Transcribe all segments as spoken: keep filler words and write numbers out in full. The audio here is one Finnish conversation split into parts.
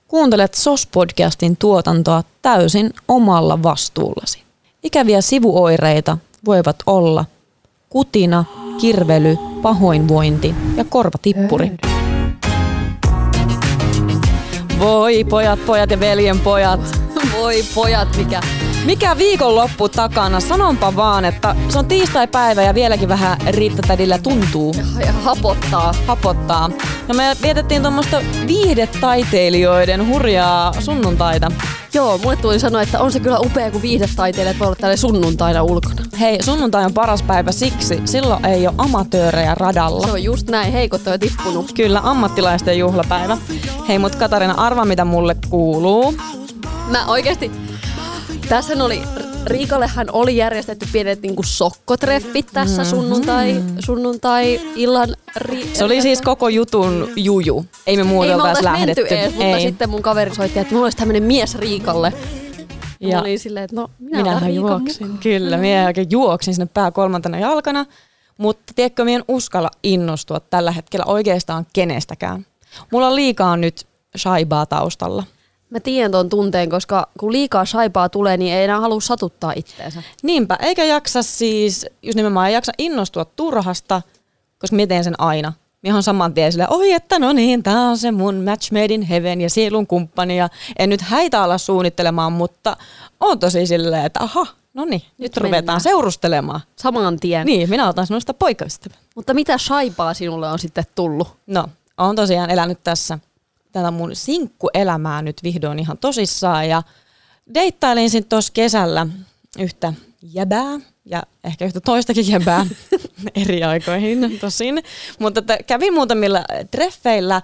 Kuuntelet S O S-podcastin tuotantoa täysin omalla vastuullasi. Ikäviä sivuoireita voivat olla kutina, kirvely, pahoinvointi ja korvatippuri. Voi pojat, pojat ja veljen pojat. Voi pojat, mikä... Mikä viikonloppu takana? Sanonpa vaan, että se on tiistai-päivä ja vieläkin vähän Riitta-tädillä tuntuu. Ja, ja hapottaa. Hapottaa. No me vietettiin tuommoista viihdetaiteilijoiden hurjaa sunnuntaita. Joo, mulle tuli sanoa, että on se kyllä upea, kun viihdetaiteilijat voi olla täällä sunnuntaina ulkona. Hei, sunnuntai on paras päivä siksi. Silloin ei ole amatöörejä radalla. Se on just näin, heikot on jo tippunut. Kyllä, ammattilaisten juhlapäivä. Hei, mut Katarina, arva mitä mulle kuuluu. Mä oikeesti... Tässä oli, Riikallehan oli järjestetty pienet niinku sokkotreffit tässä mm-hmm. sunnuntai, sunnuntai-illan. Ri- Se oli siis koko jutun juju. Ei me muuten oltaisi lähdetty. Ei me edes, mutta sitten mun kaveri soitti, että mulla olisi tämmönen mies Riikalle. Ja mä olin silleen, että no minä minähän juoksin. Mukaan. Kyllä, minä oikein juoksin sinne pää kolmantena jalkana. Mutta tiedätkö, minä en uskalla innostua tällä hetkellä oikeastaan kenestäkään. Mulla on liikaa nyt shaibaa taustalla. Mä tiedän ton tunteen, koska kun liikaa shaibaa tulee, niin ei enää halua satuttaa itteensä. Niinpä, eikä jaksa siis, just nimenomaan ei jaksa innostua turhasta, koska mä teen sen aina. Mä oon saman tien silleen, oi että no niin, tää on se mun match made in heaven ja sielun kumppani. Ja en nyt häitä ala suunnittelemaan, mutta on tosi silleen, että aha, no niin, nyt, nyt ruvetaan mennään seurustelemaan. Saman tien. Niin, minä otan sinusta poikaystävän. Mutta mitä shaibaa sinulle on sitten tullut? No, oon tosiaan elänyt tässä tätä mun sinkkuelämää nyt vihdoin ihan tosissaan ja deittailin sitten tuossa kesällä yhtä jäbää ja ehkä yhtä toistakin jäbää eri aikoihin tosin, mutta että kävin muutamilla treffeillä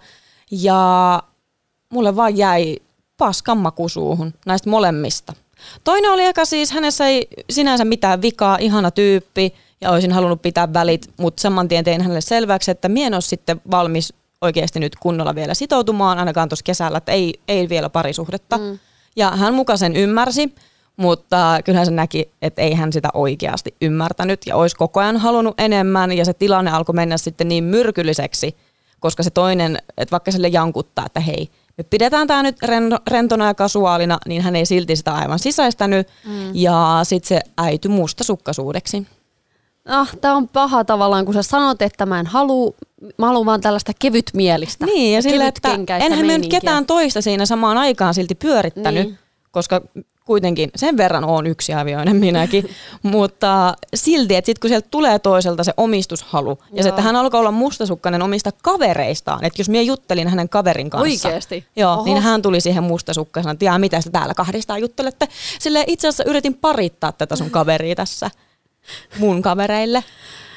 ja mulle vaan jäi paskan maku suuhun näistä molemmista. Toinen oli eka siis, hänessä ei sinänsä mitään vikaa, ihana tyyppi ja olisin halunnut pitää välit, mutta saman tien tein hänelle selväksi, että mie en ole sitten valmis oikeasti nyt kunnolla vielä sitoutumaan, ainakaan tuossa kesällä, että ei, ei vielä parisuhdetta. Mm. Ja hän muka sen ymmärsi, mutta kyllähän se näki, että ei hän sitä oikeasti ymmärtänyt ja olisi koko ajan halunnut enemmän ja se tilanne alkoi mennä sitten niin myrkylliseksi, koska se toinen, että vaikka sille jankuttaa, että hei, me pidetään tämä nyt rentona ja kasuaalina, niin hän ei silti sitä aivan sisäistänyt mm. ja sitten se äityi mustasukkaisuudeksi. Ah, tää on paha tavallaan, kun sä sanot, että mä en halua, mä haluan vaan tällaista kevytmielistä. Niin, ja sille, että enhän me nyt ketään toista siinä samaan aikaan silti pyörittänyt, niin. Koska kuitenkin sen verran on yksiavioinen minäkin, mutta silti, että sitten kun sieltä tulee toiselta se omistushalu, Joo. ja se, että hän alkaa olla mustasukkainen omista kavereistaan, että jos minä juttelin hänen kaverin kanssa, Oikeesti? Joo, niin hän tuli siihen mustasukkaisena, että jaa, mitä sä täällä kahdestaan juttelette. Silleen itse asiassa yritin parittaa tätä sun kaveria tässä. Mun kavereille.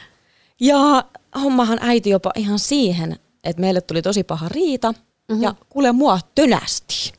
Ja hommahan äiti jopa ihan siihen, että meille tuli tosi paha riita mm-hmm. ja kuule mua tönästi.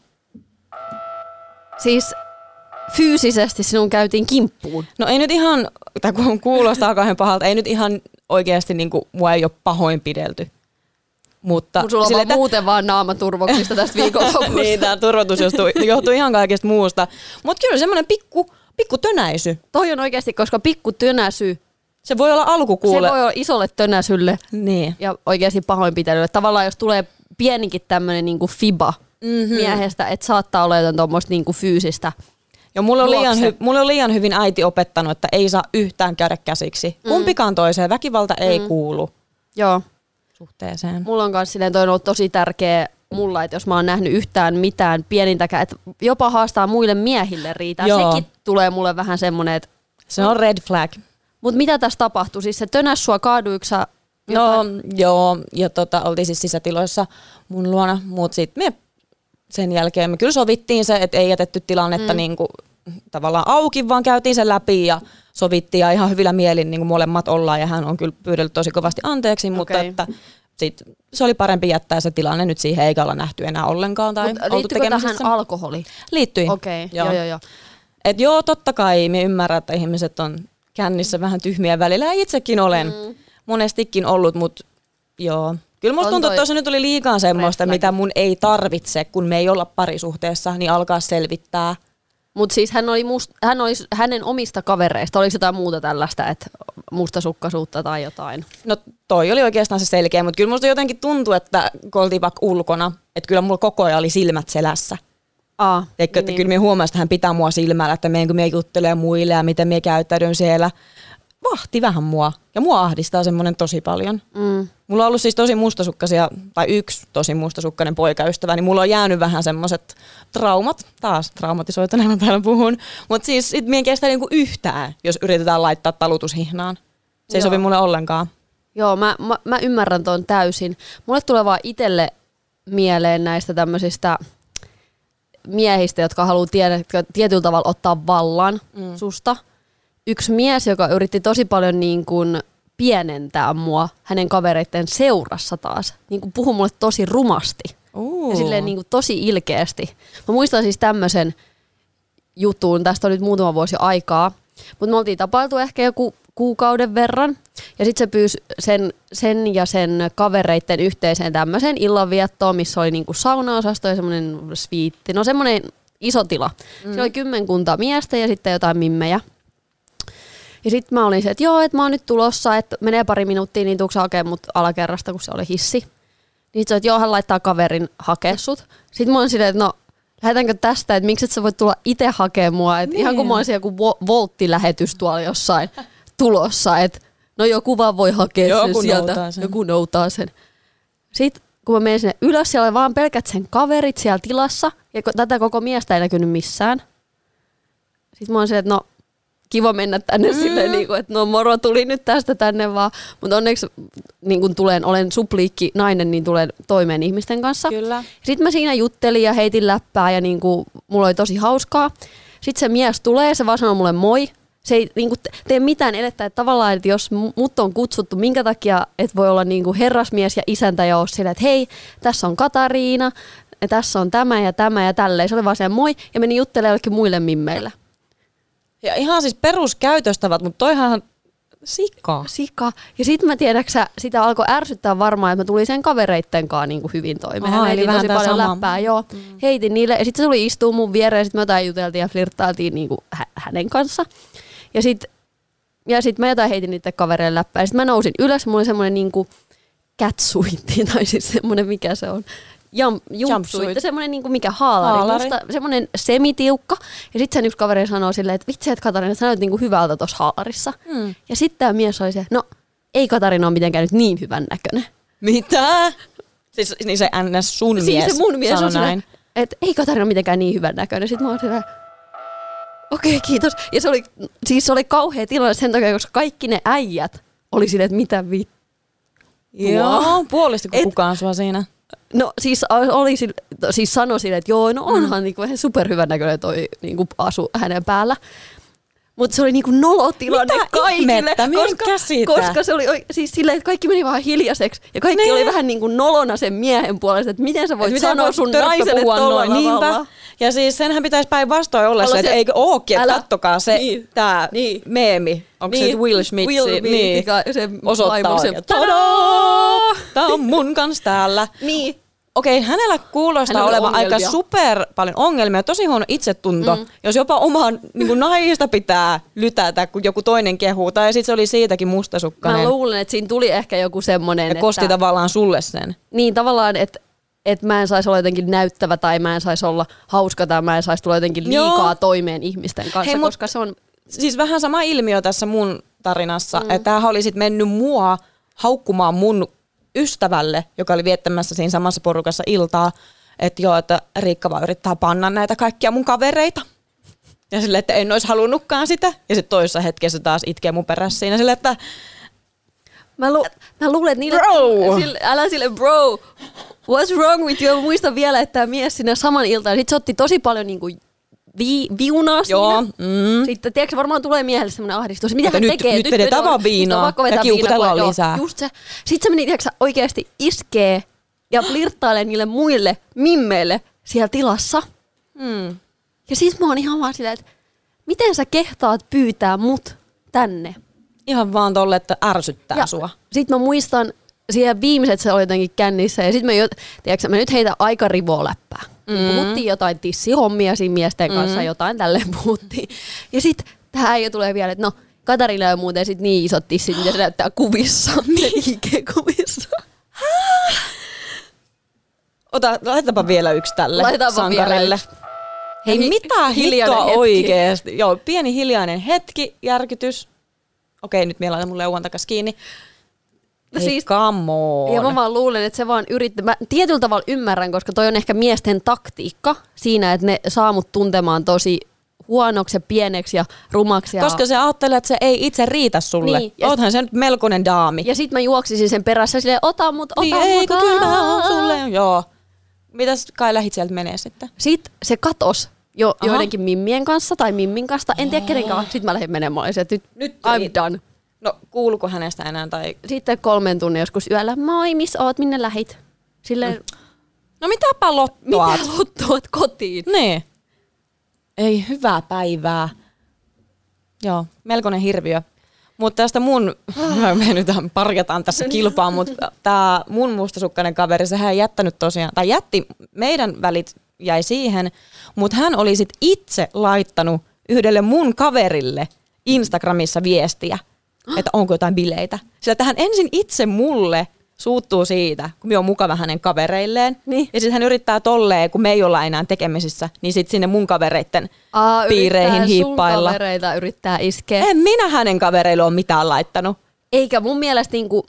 Siis fyysisesti sinun käytiin kimppuun? No ei nyt ihan, tai kun kuulostaa kauhean pahalta, ei nyt ihan oikeasti niinku mua ei ole pahoinpidelty. Mutta Mut sulla on sille, vaan että... muuten vaan naamaturvoksista tästä viikonlopusta. Niin, tää turvotus johtuu, johtuu ihan kaikesta muusta. Mutta kyllä semmoinen pikku, pikku tönäisy. Toi on oikeasti, koska pikku tönäsy. Se voi olla alkukuule. Se voi olla isolle tönäsylle niin. ja oikeasti pahoinpitelylle. Tavallaan jos tulee pienikin tämmöinen niinku fiba mm-hmm. miehestä, että saattaa olla jotain tuommoista niinku fyysistä. Ja mulla on, liian hy- mulla on liian hyvin äiti opettanut, että ei saa yhtään käydä käsiksi. Mm. Kumpikaan toiseen. Väkivalta ei mm. kuulu. Joo. Suhteeseen. Mulla on myös silleen, toi on ollut tosi tärkeä mulla, että jos mä oon nähnyt yhtään mitään pienintäkään, että jopa haastaa muille miehille riitaa. Joo. Sekin tulee mulle vähän semmonen, että... Se on red flag. Mut mitä tässä tapahtui? Siis se tönäs sua, kaaduiko sä jotain? No joo, ja tota, oltiin siis sisätiloissa mun luona, mut sit me sen jälkeen me kyllä sovittiin se, että ei jätetty tilannetta mm. niinku tavallaan auki, vaan käytiin sen läpi ja sovittiin ja ihan hyvillä mielin niin kuin molemmat ollaan ja hän on kyllä pyydellyt tosi kovasti anteeksi, mutta okay. että sit se oli parempi jättää se tilanne nyt siihen eikä olla nähty enää ollenkaan tai Mut oltu tekemisissä. Tähän alkoholi? Liittyi. Okei, okay. joo. joo, joo, joo. Et joo, totta kai me ymmärrän, että ihmiset on kännissä vähän tyhmiä välillä ja itsekin olen mm. monestikin ollut, mutta joo. Kyllä musta tuntuu, että tuossa nyt oli liikaa semmoista, mitä mun ei tarvitse, kun me ei olla parisuhteessa, niin alkaa selvittää. Mutta siis hän oli, must, hän oli hänen omista kavereista. Oliko jotain muuta tällaista, että mustasukkaisuutta tai jotain? No toi oli oikeastaan se selkeä, mutta kyllä musta jotenkin tuntui, että kun oltiin vaikka ulkona, että kyllä mulla koko ajan oli silmät selässä. Aa, Eikö, että niin. Kyllä minä huomasin, että hän pitää mua silmällä, että meidän kun minä juttelen muille ja miten minä käyttäydyn siellä. Vahti vähän mua ja mua ahdistaa semmoinen tosi paljon. Mm. Mulla on ollut siis tosi mustasukkaisia, tai yksi tosi mustasukkainen poikaystävä, niin mulla on jäänyt vähän semmoiset traumat, taas traumatisoituneena täällä puhun, mutta siis sit minä en kestä niinku yhtään, jos yritetään laittaa talutushihnaan. Se ei Joo. sovi mulle ollenkaan. Joo, mä, mä, mä ymmärrän ton täysin. Mulle tulee vaan itselle mieleen näistä tämmöisistä miehistä, jotka haluaa tiedä, tietyllä tavalla ottaa vallan mm. susta. Yksi mies, joka yritti tosi paljon niin kuin pienentää mua hänen kavereitten seurassa taas. Niin kuin puhui mulle tosi rumasti. Uh. Ja silleen niin kuin tosi ilkeästi. Mä muistan siis tämmöisen jutun, tästä on nyt muutama vuosi jo aikaa, mutta me oltiin tapailtu ehkä joku kuukauden verran. Ja sitten se pyysi sen, sen ja sen kavereitten yhteiseen tämmöiseen illanviettoon, missä oli niin kuin saunaosasto ja semmoinen sviitti. No semmoinen iso tila. Mm. Siellä oli kymmenkunta miestä ja sitten jotain mimmejä. Ja sitten mä olin se, että joo, että mä oon nyt tulossa, että menee pari minuuttia, niin tuuks hakee mut alakerrasta, kun se oli hissi. Niin sit se, että joo, hän laittaa kaverin hakea sut. Sitten mä olin silleen, että no, lähdetäänkö tästä, että miksi et sä voit tulla itse hakemaan mua. Että niin. Ihan kun mä olisin joku volttilähetys tuolla jossain tulossa, että no joku vaan voi hakea joku sen sieltä. Sen. Joku noutaa sen. Sitten kun mä menin sinne ylös, siellä oli vaan pelkät sen kaverit siellä tilassa. Ja tätä koko miestä ei näkynyt missään. Sitten mä olin silleen, että no, kiva mennä tänne mm. silleen, niin kuin, että no moro, tuli nyt tästä tänne vaan. Mutta onneksi niin kun tulen, olen supliikki nainen, niin tulen toimeen ihmisten kanssa. Kyllä. Sitten mä siinä juttelin ja heitin läppää ja niin kuin, mulla oli tosi hauskaa. Sitten se mies tulee, se vaan sanoo mulle moi. Se ei niin kuin, tee mitään elettä, että tavallaan, että jos mut on kutsuttu, minkä takia, että voi olla niin kuin herrasmies ja isäntä ja ole silleen, että hei, tässä on Katariina, ja tässä on tämä ja tämä ja tälleen. Se oli vaan se moi ja meni juttelemaan jollekin muille mimmeille. Ja ihan siis peruskäytöstävät, mutta toihan sika. Sika. Ja sitten mä tiedäksä, sitä alkoi ärsyttää varmaan, että mä tulin sen kavereitten kanssa niin kuin hyvin toimeen. Aha, heitin tosi paljon sama. läppää, joo. Mm. Heitin niille. Ja sitten se tuli istua mun viereen, ja sitten me jotain juteltiin ja flirttailtiin niin kuin hä- hänen kanssa. Ja sitten ja sit mä jotain heitin niiden kavereille läppää. Ja sitten mä nousin ylös, mulla oli semmoinen niin kuin catsuitti, tai siis semmoinen, mikä se on. Jam, jumpsuitti, semmoinen niinku mikä haalari, haalari. Musta, semmoinen semitiukka. Ja sitten sen yksi kaveri sanoo silleen, että vitsi, että Katarina, sä näyt niinku hyvältä tuossa haalarissa. Mm. Ja sitten tämä mies oli se, no ei Katarina ole mitenkään nyt niin hyvän näköinen. Mitä? Siis niin se ns. Sun siis mies se mun mies on näin. Että ei Katarina ole mitenkään niin hyvän näköinen. Sitten mä oon silleen, okei okay, kiitos. Ja se oli, siis se oli kauhea tilanne sen takia, koska kaikki ne äijät oli silleen, että mitä vittua. Joo, puolistiko Et, kukaan sua siinä? No siis, oli, siis sanoi sille, että joo, no onhan mm. niinku ihan superhyvän näköinen toi niinku asu hänen päällä. Mutta se oli niinku nolotilanne mitä kaikille, ihmettä? koska, koska se oli siis silleen, että kaikki meni vaan hiljaiseksi. Ja kaikki ne. oli vähän niinku nolona sen miehen puolesta, että miten sä voit et sanoa sun naiselle tolla tavalla. Ja siis senhän pitäisi päinvastoin olla se, että eikö ookin, että kattokaa se niin. tää niin. meemi. Onko niin. se Will Smith? Will Smith, niin. se osoittaa se, tadaa! Tää on mun kans täällä. Niin. Okei, hänellä kuulostaa olevan aika super paljon ongelmia, tosi huono itsetunto, mm. jos jopa omaa niin naista pitää lytätä, kun joku toinen kehuu, tai sitten se oli siitäkin mustasukkainen. Mä luulen, että siinä tuli ehkä joku semmoinen, että kosti tavallaan sulle sen. Niin, tavallaan, että että mä en saisi olla jotenkin näyttävä tai mä en saisi olla hauska tai mä en saisi tulla jotenkin liikaa Joo. toimeen ihmisten kanssa, Hei, koska se on... Siis vähän sama ilmiö tässä mun tarinassa, mm. että tämähän oli sitten mennyt mua haukkumaan mun ystävälle, joka oli viettämässä siinä samassa porukassa iltaa, että joo, että Riikka vaan yrittää panna näitä kaikkia mun kavereita. Ja silleen, että en olisi halunnutkaan sitä. Ja sitten toisessa hetkessä taas itkee mun perässä siinä silleen, että... Mä, lu- mä luulen, että niille... Bro! Sille, älä sille, bro! What's wrong with you? Muistan vielä, että tämä mies siinä saman iltaan, sitten se otti tosi paljon niinku vi- viunaa Joo. siinä. Mm. Sitten tiedätkö, varmaan tulee miehelle semmoinen ahdistus. Mitä hän nyt, tekee? Nyt, nyt vedetään vaan viinaa ja kiukutellaan lisää. Just se. Sitten se meni tiedätkö, oikeasti iskee ja flirttailee niille muille mimmeille siellä tilassa. Mm. Ja siis mä oon ihan vaan silleen, että miten sä kehtaat pyytää mut tänne? Ihan vaan tolle, että ärsyttää ja sua. Sitten mä muistan, siellä viimeiset se oli jotenkin kännissä ja sitten mä, tiedätkö, mä nyt heitän aika rivoa läppää. Mm. Puhuttiin jotain tissihommia siinä miesten kanssa, mm. jotain tälleen puhuttiin. Ja sit tähän äijä tulee vielä, että no Katarina on muuten sit niin isot tissit, mitä se näyttää kuvissa, I G-kuvissa. Ota, laitapa vielä yksi tälle Laitapa sankarille. Hei, Hi- mitä hittoa oikeesti? Joo, pieni hiljainen hetki, järkytys. Okei, nyt meillä on mun leuan takas kiinni. No Hei, siis, come on. ja mä vaan luulen, että se vaan yrittää. Mä tietyllä tavalla ymmärrän, koska toi on ehkä miesten taktiikka siinä, että ne saa mut tuntemaan tosi huonoksi ja pieneksi ja rumaksi. Ja... Koska se ajattelee, että se ei itse riitä sulle. Niin, Oothan se nyt melkoinen daami. Ja sit mä juoksisin sen perässä silleen, ota mut, ota niin, mut. Ei, kun kyllä mä oon sulle. Joo. Mitäs kai lähit sieltä menee sitten? Sitten se katos jo Aha. joidenkin mimmien kanssa tai mimmin kanssa, en tiedä kenenkään. Sitten mä lähdin menemään, mä olisin, että nyt, Nyt I'm done. No, kuuluuko hänestä enää? Tai... Sitten kolmen tunnin joskus yöllä, moi, missä oot, minne lähit? Silleen, mm. No mitäpä lottoat? mitä lottoat kotiin? Niin. Ei hyvää päivää. Joo, melkoinen hirviö. Mutta tästä mun, me nyt parjataan tässä kilpaa, mutta tää mun mustasukkainen kaveri, sehän ei jättänyt tosiaan, tai jätti, meidän välit jäi siihen, mutta hän oli sit itse laittanut yhdelle mun kaverille Instagramissa viestiä, että onko jotain bileitä. Sillä että hän ensin itse mulle suuttuu siitä, kun me on mukava hänen kavereilleen. Niin. Ja sitten hän yrittää tolleen, kun me ei olla enää tekemisissä, niin sitten sinne mun kavereitten Aa, piireihin hiippailla. Sun kavereita yrittää iskeä. En minä hänen kavereille ole mitään laittanut. Eikä mun mielestä niinku,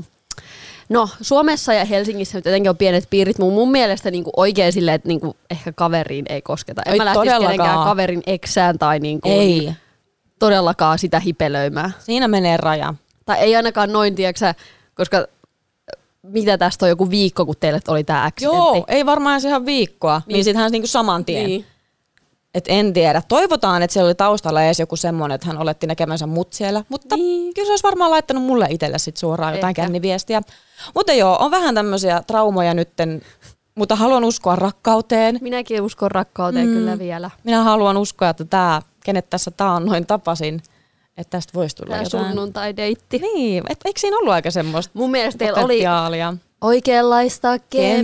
no Suomessa ja Helsingissä nyt jotenkin on pienet piirit, mutta mun mielestä niinku oikein silleen, että niinku ehkä kaveriin ei kosketa. En Ei mä lähtisi todellakaan. kenenkään kaverin eksään tai niinku Ei. todellakaan sitä hipelöimään. Siinä menee raja. Tai ei ainakaan noin, tiedäksä, koska mitä tästä on joku viikko, kun teille oli tää accidentti. Joo, ei varmaan edes ihan viikkoa. Niin, niin sit hän niinku saman tien. Niin. Et en tiedä. Toivotaan, että siellä oli taustalla edes joku semmoinen, että hän oletti näkemänsä mut siellä. Mutta Niin. kyllä se olisi varmaan laittanut mulle itselle sit suoraan jotain Ehkä. känniviestiä. Mutta joo, on vähän tämmöisiä traumoja nytten, mutta haluan uskoa rakkauteen. Minäkin uskon rakkauteen mm. kyllä vielä. Minä haluan uskoa, että tämä, kenet tässä taannoin tapasin, että tästä voisi tulla Tää jotain. sunnuntai-deitti. Niin, et, eikö siinä ollut aika semmoista Mun mielestä teillä oli potentiaalia? oikeanlaista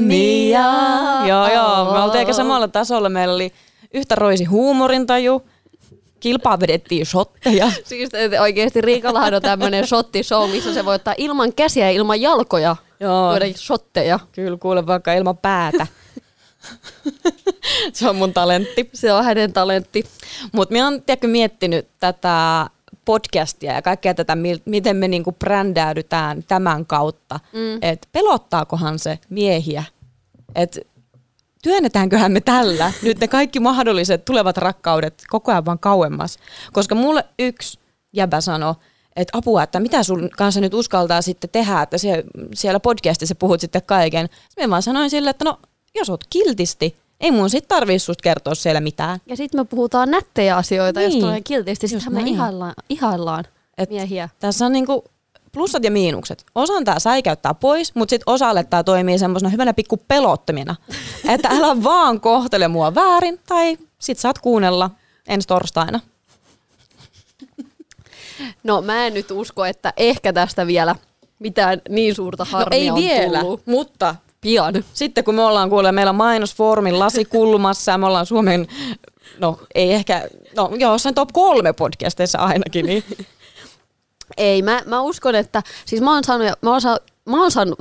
kemiaa. Joo, joo. Me oltiin aika samalla tasolla. Meillä oli yhtä roisi huumorintaju. Kilpaa vedettiin shotteja. Siis että oikeesti Riikallahan on tämmönen shottishow, missä se voi ottaa ilman käsiä ja ilman jalkoja Joo. joidenkin shotteja. Kyllä, kuule vaikka ilman päätä. Se on mun talentti. Se on hänen talentti. Mutta minä olen tiedätkö, miettinyt tätä podcastia ja kaikkea tätä, miten me niinku brändäydytään tämän kautta. Mm. Että pelottaakohan se miehiä? Että työnnetäänköhän me tällä nyt ne kaikki mahdolliset tulevat rakkaudet koko ajan vaan kauemmas. Koska mulle yksi jäbä sanoi, että apua, että mitä sun kanssa nyt uskaltaa sitten tehdä, että siellä, siellä podcastissa puhut sitten kaiken. Mä vaan sanoin sille, että no jos oot kiltisti, ei mun sit tarvii susta kertoa siellä mitään. Ja sit me puhutaan nättejä asioita, niin. Jos tulee kiltisti. Just Sittenhän me näin. ihaillaan, ihaillaan Et miehiä. Tässä on niinku plussat ja miinukset. Osan tää säikäyttää pois, mutta sit osalle tää toimii semmosena hyvänä pikku pelottomina. Että älä vaan kohtele mua väärin, tai sit saat kuunnella ensi torstaina. No mä en nyt usko, että ehkä tästä vielä mitään niin suurta harmia No ei on vielä, tullut. mutta Pian. sitten kun me ollaan kuulee, meillä on mainosfoorumin lasikulmassa ja me ollaan Suomen, no ei ehkä, no joo, jossain top kolme podcasteissa ainakin, niin Ei, mä, mä uskon, että siis mä oon saanut, mä oon saanut, mä oon saanut,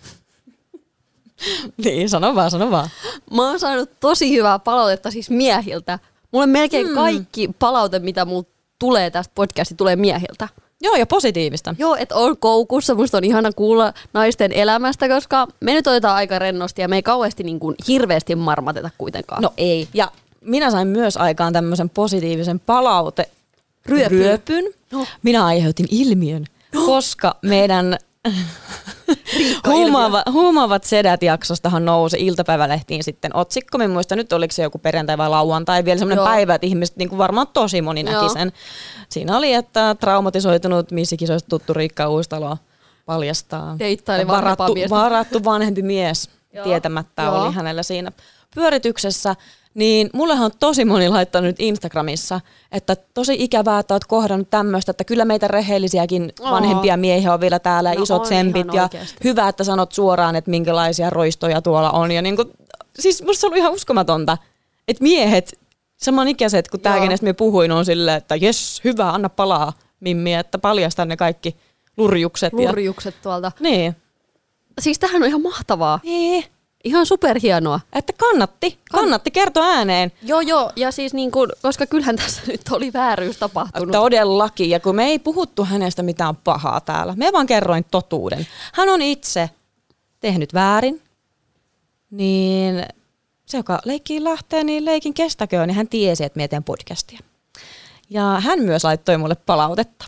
niin sano vaan, sano vaan. mä oon saanut tosi hyvää palautetta siis miehiltä. Mulle melkein Hmm. kaikki palaute, mitä mulle tulee tästä podcastista, tulee miehiltä. Joo, ja positiivista. Joo, että on koukussa. Musta on ihana kuulla naisten elämästä, koska me nyt otetaan aika rennosti ja me ei kauheasti niin kuin hirveästi marmateta kuitenkaan. No ei. Ja minä sain myös aikaan tämmöisen positiivisen palaute Ryöpyn. ryöpyn. No. Minä aiheutin ilmiön, no. koska meidän huumaavat, huumaavat sedät jaksostahan nousi iltapäivälehtiin sitten otsikko. Mä en muista nyt, oliko se joku perjantai vai lauantai, vielä semmoinen Joo. päivä, että ihmiset niin kuin varmaan tosi moni näki Joo. sen. Siinä oli, että traumatisoitunut missikisoista tuttu Riikka Uistalo paljastaa. Deittaili varattu, vanhempaa miestä. varattu vanhempi mies Joo. tietämättä Joo. oli hänellä siinä pyörityksessä. Niin mullehan on tosi moni laittanut nyt Instagramissa, että tosi ikävää, että oot kohdannut tämmöistä, että kyllä meitä rehellisiäkin vanhempia miehiä on vielä täällä, No isot on tsempit ihan ja oikeasti. hyvä, että sanot suoraan, että minkälaisia roistoja tuolla on. Ja niin kuin, siis musta se oli ihan uskomatonta, että miehet, samanikäiset kuin tämä, kenestä me puhuin, on silleen, että jes, hyvä, anna palaa, Mimmi, että paljasta ne kaikki lurjukset. Lurjukset ja... tuolta. Niin. Siis tämähän on ihan mahtavaa. Niin. Ihan superhienoa. Että kannatti, kannatti kertoa ääneen. Joo, joo, ja siis niin kuin, koska kyllähän tässä nyt oli vääryys tapahtunut. Todellakin, ja kun me ei puhuttu hänestä mitään pahaa täällä, me vaan kerroin totuuden. Hän on itse tehnyt väärin, niin se, joka leikkiin lähtee, niin leikin kestäköön, niin hän tiesi, että me teen podcastia. Ja hän myös laittoi mulle palautetta.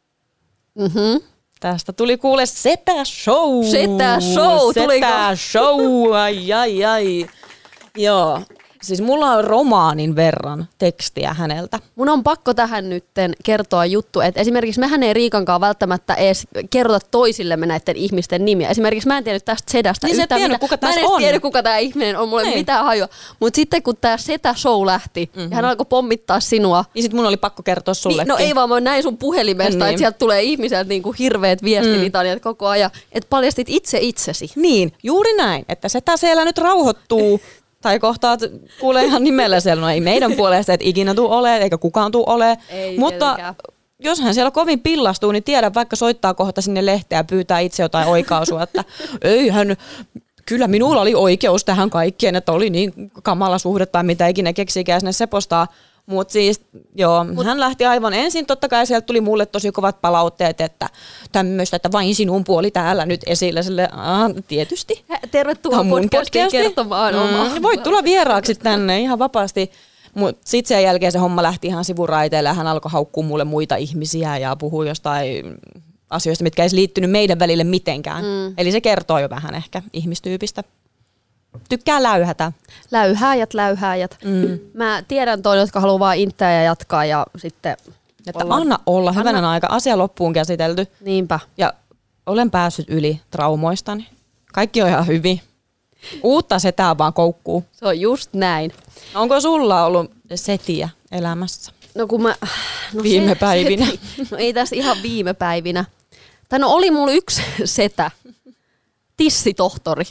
Mhm. Tästä tuli kuule Setä Show. Setä Show, tuliko? Setä Show, ai ai ai. Joo, siis mulla on romaanin verran tekstiä häneltä. Mun on pakko tähän nytten kertoa juttu, että esimerkiksi mehän ei Riikankaan välttämättä edes kerrota toisillemme näiden ihmisten nimiä. Esimerkiksi mä en tiennyt tästä Sedästä niin yhtään tiennyt, mitään. kuka mä en edes tiedä, kuka tämä ihminen on, mulla ei mitään hajua. Mutta sitten kun tämä Setä Show lähti mm-hmm. ja hän alkoi pommittaa sinua. Niin sit mun oli pakko kertoa sullekin. Niin, no ei vaan, mä näin sun puhelimesta, niin. Että sieltä tulee ihmiseltä niinku hirveät viestilitaniat mm. koko ajan. Että paljastit itse itsesi. Niin, juuri näin, että Setä siellä nyt rauhoittuu. Tai kohtaa kuulee ihan nimellä siellä, no ei meidän puolesta, että ikinä tuu ole, eikä kukaan tuu ole. Ei mutta tietenkään. Jos hän siellä kovin pillastuu, niin tiedä, vaikka soittaa kohta sinne lehteen ja pyytää itse jotain oikaisua, että ei hän, kyllä minulla oli oikeus tähän kaikkeen, että oli niin kamala suhde tai mitä ikinä keksikään sinne sepostaa. Mutta siis joo, Mut, hän lähti aivan ensin, totta kai sieltä tuli mulle tosi kovat palautteet, että tämmöistä, että vain sinun puoli täällä nyt esillä, sille ah, tietysti. Tervetuloa podcastiin kertomaan mm, omaa. Voit tulla vieraaksi tänne ihan vapaasti, mutta sitten sen jälkeen se homma lähti ihan sivuraiteille ja hän alkoi haukkua mulle muita ihmisiä ja puhua jostain asioista, mitkä ei liittynyt meidän välille mitenkään. Mm. Eli se kertoo jo vähän ehkä ihmistyypistä. Tykkää läyhätä. Läyhääjät, läyhääjät. Mm. Mä tiedän toinen, jotka haluaa vaan intää ja jatkaa ja sitten... Että olla. Anna olla, hyvänen anna. Aika, asia loppuun käsitelty. Niinpä. Ja olen päässyt yli traumoistani. Kaikki on ihan hyvin. Uutta setää vaan koukkuu. Se on just näin. Onko sulla ollut setiä elämässä? No kun mä... No viime se, päivinä. Seti. No ei tässä ihan viime päivinä. Tai no oli mulla yksi setä. Tissitohtori.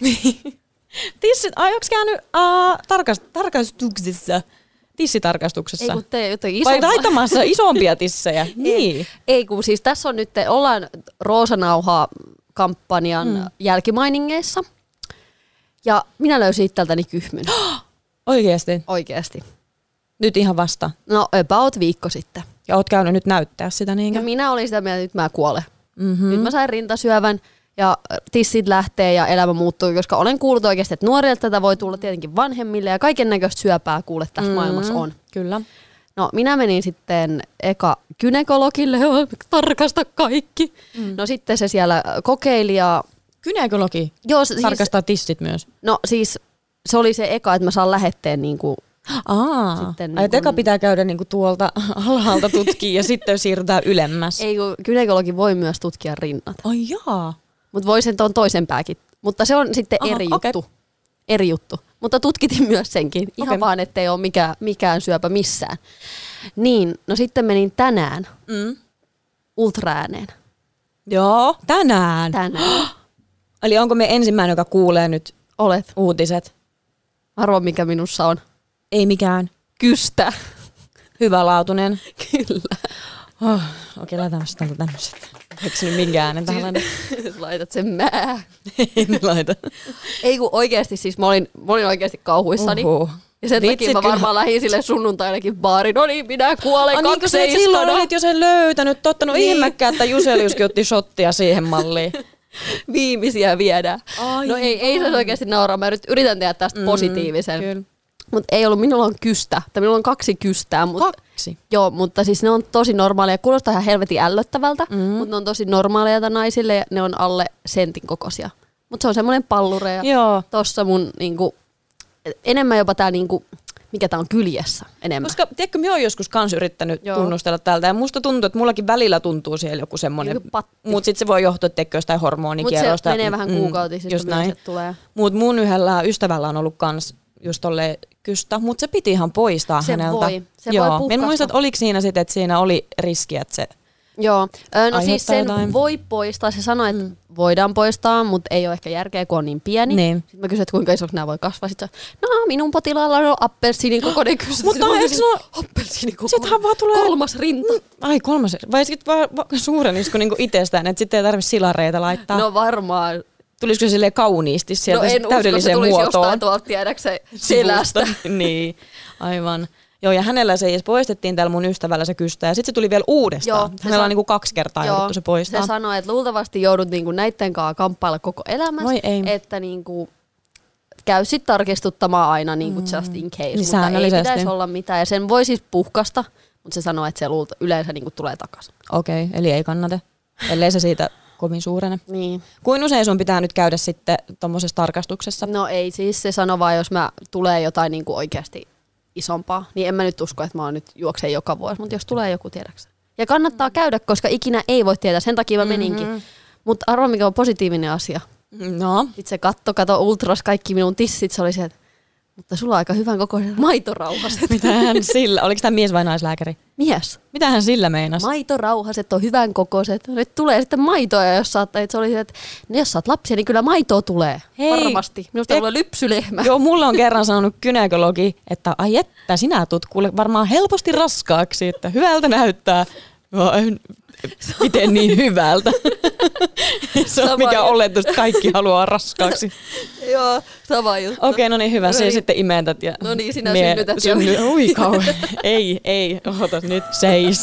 Tissit, ai onks käynyt uh, tarkast, tarkastuksissa, tissitarkastuksessa? Ei kun te jotain isompia. Vai laitamassa isompia tissejä? Niin. Ei, ei kun siis tässä on nyt, ollaan Roosanauha-kampanjan mm. jälkimainingeissa. Ja minä löysin itseltäni kyhmyn. Oikeesti? Oikeesti. Nyt ihan vasta? No about viikko sitten. Ja oot käynyt nyt näyttää sitä niinkö? Ja minä olin sitä mieltä, että nyt mä kuolen. Mm-hmm. Nyt mä sain rintasyövän. Ja tissit lähtee ja elämä muuttuu, koska olen kuullut oikeasti, että nuorille tätä voi tulla tietenkin vanhemmille ja kaiken näköistä syöpää kuule tässä mm, maailmassa on. Kyllä. No minä menin sitten eka gynekologille, tarkasta kaikki. Mm. No sitten se siellä kokeili ja... Gynekologi? Joo, siis, tarkastaa tissit myös? No siis se oli se eka, että mä saan lähetteen niinku... Aa, sitten niin kun... eka pitää käydä niinku tuolta alhaalta tutkia ja sitten siirrytään ylemmäs. Ei kun gynekologi voi myös tutkia rinnat. Ai jaa. Mutta voi sen tuon toisen pääkin. Mutta se on sitten Aha, eri okay. juttu. Eri juttu. Mutta tutkitin myös senkin. Ihan okay. vaan, ettei ole mikä, mikään syöpä missään. Niin, no sitten menin tänään mm. ultraääneen. Joo, tänään. Tänään. Eli onko me ensimmäinen, joka kuulee nyt Olet. uutiset? Arvo, mikä minussa on. Ei mikään. Kystä. Hyvälaatuinen. Kyllä. Oh, okei, okay, laitetaan sitten tämmöiset. Eikö nyt minkään äänen tähän laita? Laitat sen mää. En laita. Ei kun oikeasti, siis mä olin, mä olin oikeasti kauhuissani. Uhuh. Ja sen Vitsit takia mä varmaan kyllä. lähdin sille sunnuntainakin baariin. No niin, minä kuolen oh, kakseiskana. Niin silloin olit jo sen löytänyt, totta. No niin. Ihmekkää, että Juseliuskin otti shottia siihen malliin. Viimeisiä viedään. Ai, no ei, ei se oikeasti nauraa. Mä nyt yritän tehdä tästä mm, positiivisen. Kyllä. Mutta ei ollut, minulla on kystä. Tai minulla on kaksi kystää. Mut, kaksi? Joo, mutta siis ne on tosi normaaleja. Kuulostaa ihan helvetin ällöttävältä, mm. mutta ne on tosi normaaleja naisille ja ne on alle sentin kokoisia. Mutta se on semmoinen pallure ja joo. Tossa mun niinku, enemmän jopa tää niinku, mikä tää on kyljessä enemmän. Koska tiedätkö, mä oon joskus kans yrittänyt joo. tunnustella tältä ja musta tuntuu, että mullakin välillä tuntuu siellä joku semmoinen, mutta sitten se voi johtua teikö jostain hormonikierrosta. Mutta se menee vähän kuukautisista myös, että tulee. Mutta mun yhdellä ystävällä on ollut kans just tolleen kystä, mutta se piti ihan poistaa se häneltä. Voi. Se joo. voi puhkasta. En muista, että oliko siinä sitten, että siinä oli riski, että se Joo, öö, no siis sen jotain. voi poistaa. Se sanoi, että mm. voidaan poistaa, mutta ei ole ehkä järkeä, kun on niin pieni. Niin. Sitten mä kysyin, että kuinka isoksi nämä voi kasvaa. Sitten se, no minun potilaalla on appelsiinikokoinen kysymys. Mutta eikö no... Appelsiinikokoinen. Sittenhän vaan tulee... Kolmas rinta. Ai kolmas. Vai sitten vaan va, suuren isku niinku itsestään, että sitten ei tarvitse silareita laittaa. No varmaan. Tulisiko se silleen kauniisti sieltä no en täydelliseen usko, muotoon? No tulisi jostain tuolta tiedäkseen selästä. Niin, aivan. Joo, ja hänellä se edes poistettiin täällä mun ystävällä se kystä, ja sitten se tuli vielä uudestaan. Joo, hänellä sa- on niinku kaksi kertaa joo, jouduttu se poistaa. Se sanoi, että luultavasti joudut niinku näitten kanssa kamppailla koko elämässä, että niinku käy sit tarkistuttamaan aina niinku mm. just in case, niin mutta ei pitäisi olla mitään. Ja sen voi siis puhkasta, mutta se sanoi, että se luulta, yleensä niinku tulee takaisin. Okei, okay, eli ei kannata, ellei se siitä kovin suurene. Niin. Kuin usein sun pitää nyt käydä sitten tommosessa tarkastuksessa? No ei siis, se sanoi vaan, jos mä tulee jotain niinku oikeasti isompaa, niin en mä nyt usko, että mä oon nyt juokseen joka vuosi, mutta jos tulee joku tiedäksä. Ja kannattaa käydä, koska ikinä ei voi tietää, sen takia mä meninkin. Mm-hmm. Mutta arvaa mikä on positiivinen asia. No. Sitten se katto, kato ultras kaikki minun tissit, se oli se, että mutta sulla on aika hyvän kokoiset maitorauhaset. Mitähän sillä, oliko tämä mies vai naislääkäri? Mies. Mitähän sillä meinasi? Maitorauhaset on hyvän kokoiset. Nyt tulee sitten maitoa, ja jos saat, että se oli se, että no jos saat lapsia, niin kyllä maitoa tulee. Hei. Varmasti. Minusta tulee lypsylehmä. Joo, mulle on kerran sanonut gynekologi, että ai että sinä tulet kuule varmaan helposti raskaaksi, että hyvältä näyttää. No, miten niin hyvältä? Se on sama mikä juttu. Oletus, että kaikki haluaa raskaaksi. Joo, sama juttu. Okei, okay, no niin hyvä. No niin. Se sitten imentät. Ja no niin, sinä mie- synnytät. Synny- jo. Ui kauhean. Ei, ei. Oota nyt seis.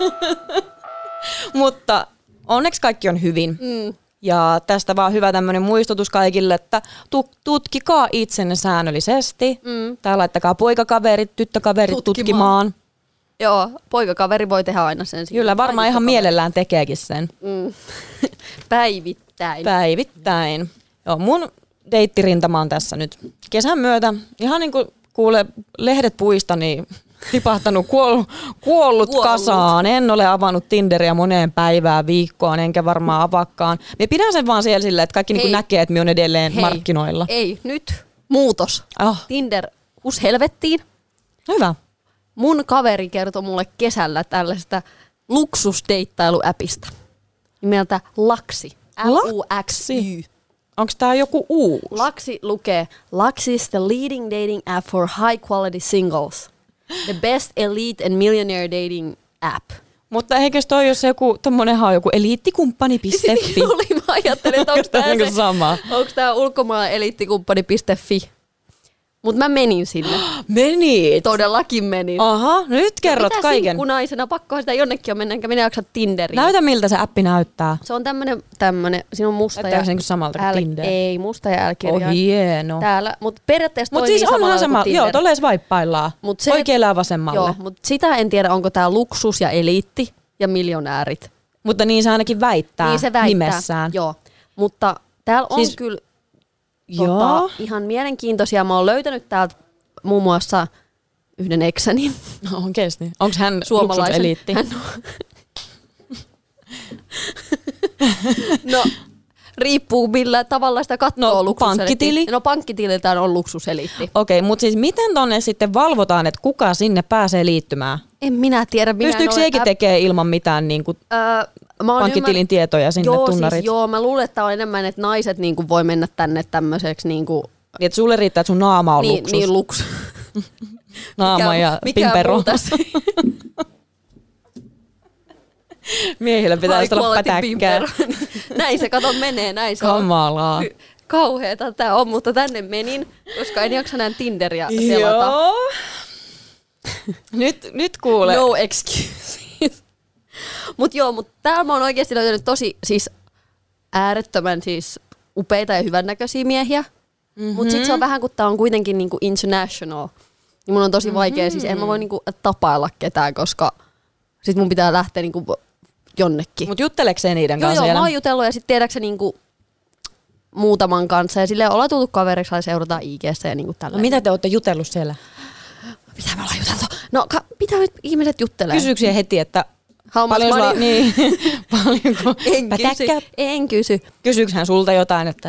Mutta onneksi kaikki on hyvin. Mm. Ja tästä vaan hyvä tämmöinen muistutus kaikille, että tutkikaa itsenne säännöllisesti. Mm. Tai laittakaa poikakaverit, tyttökaverit tutkimaan. tutkimaan. Joo, poikakaveri voi tehdä aina sen. Kyllä, varmaan ihan mielellään tekeekin sen. Mm. Päivittäin. Päivittäin. Joo, mun deittirintama on tässä nyt kesän myötä. Ihan niin kuin kuule lehdet puista, niin tipahtanut kuollut, kuollut, kuollut kasaan. En ole avannut Tinderiä moneen päivään, viikkoon, enkä varmaan avakkaan. Me pidän sen vaan siellä silleen, että kaikki niin näkee, että me on edelleen Hei. markkinoilla. Ei, nyt muutos. Oh. Tinder hus helvettiin. Hyvä. Mun kaveri kertoi mulle kesällä tällaista luksusdeittailuäpistä nimeltä Laksi. L U X Y. Onko tää joku uusi? Laksi lukee, Laksi is the leading dating app for high quality singles. The best elite and millionaire dating app. Mutta eikös toi jos joku, tommonenhan on joku eliittikumppani piste fi. Oli, mä ajattelin, että onko tää, se, sama? Onko tää ulkomaan eliittikumppani piste fi. Mutta mä menin sinne. Menit? Todellakin menin. Aha, nyt kerrot mitä kaiken. Mitä sinkkunaisena, pakko sitä jonnekin on mennä, enkä minä jaksa Tinderiin. Näytä miltä se appi näyttää. Se on tämmönen, tämmönen, siinä on musta Näyttääkö ja... se niin samalta kuin L- Tinder? Ei, musta ja L-kirjain. Oh, hieno. Täällä, mutta periaatteessa mut toimii siis samalla sama, kuin joo, tolleen swipeillaan. Oikealle ja vasemmalle. Joo, mutta sitä en tiedä, onko tää luksus ja eliitti ja miljonäärit. Mutta niin se ainakin väittää, niin se väittää nimessään. Joo, mutta täällä on siis, kyllä tota, ihan mielenkiintoisia. Mä oon löytänyt täältä muun muassa yhden eksäni. No oikeesti. Onko hän luksuseliitti? Hän on. No, riippuu millä tavalla sitä katsoo no, luksuseliitti. Pankkitili? No pankkitililtään on luksuseliitti. Okei, okay, mutta siis miten tonne sitten valvotaan, että kuka sinne pääsee liittymään? En minä tiedä. Minä Pystyykö sekin ä... tekemään ilman mitään niin kuin öö, pankkitilin ymmär... tietoja sinne joo, tunnarit? Siis, joo, mä luulen, että on enemmän, että naiset niin kuin voi mennä tänne tämmöiseksi... Niin kuin... Niin, että sulle riittää, että sun naama on niin, luksus. Niin, luksus. Naama mikä, ja mikä pimpero. Miehillä pitää olla pätäkkää. Näin se kato menee, näin se Kamalaa. on. Kauheeta tää on, mutta tänne menin, koska en jaksa näin Tinderiä selata. Joo. nyt, nyt kuule. No excuses. Mut joo, mut täällä mä oon oikeesti löytänyt tosi siis äärettömän siis upeita ja hyvännäköisiä miehiä. Mm-hmm. Mut sit se on vähän, kun tää on kuitenkin niinku international. Niin mun on tosi vaikea, mm-hmm. siis en mä voi niinku tapailla ketään, koska sit mun pitää lähteä niinku jonnekin. Mut juttelekseen niiden kanssa joo, siellä? Joo, mä oon jutellut ja sit tiedäksä niinku muutaman kanssa ja silleen ollaan tultu kaveriksi ja seurataan I G:ssä ja niinku tällä. No, mitä te ootte jutellut siellä? Mitä me ollaan juteltu? No ka- mitä nyt ihmiset juttelee? Kysyksiä heti, että paljon sulla, niin, paljonko en pätäkkä? kysy, en kysy. Kysyykö hän sulta jotain, että